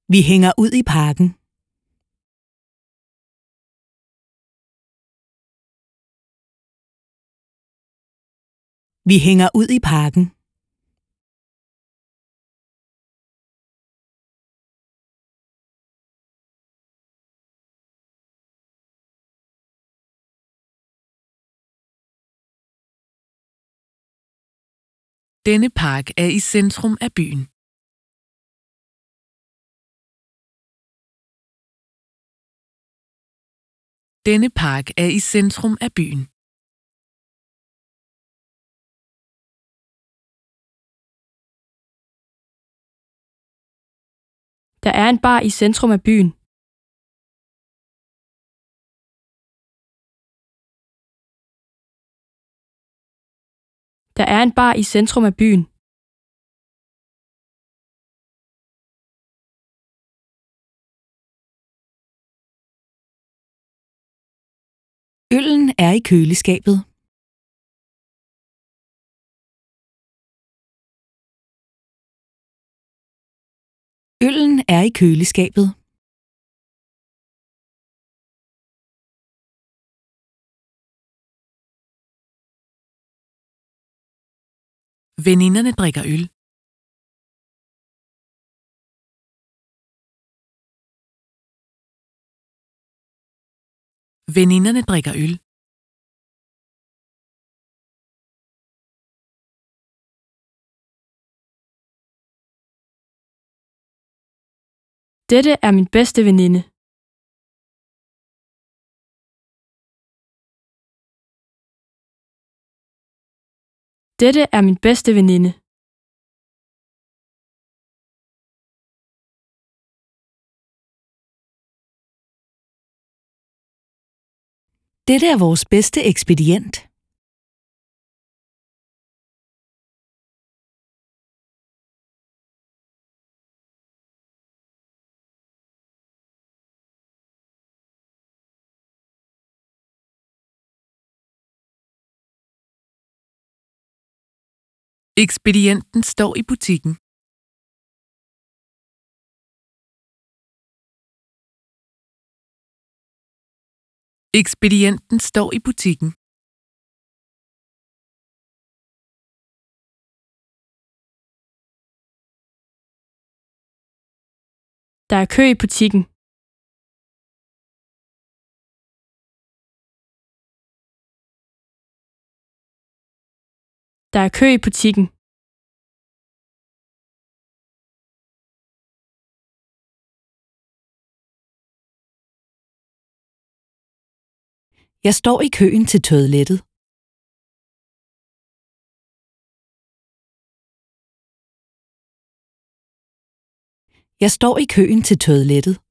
Vi hænger ud i parken. Vi hænger ud i parken. Denne park er i centrum af byen. Denne park er i centrum af byen. Der er en bar i centrum af byen. Der er en bar i centrum af byen. Øllen er i køleskabet. Øllen er i køleskabet. Veninderne drikker øl. Veninderne drikker øl. Dette er min bedste veninde. Dette er min bedste veninde. Dette er vores bedste ekspedient. Ekspedienten står i butikken. Ekspedienten står i butikken. Der er kø i butikken. Der er kø i butikken. Jeg står i køen til toilettet. Jeg står i køen til toilettet.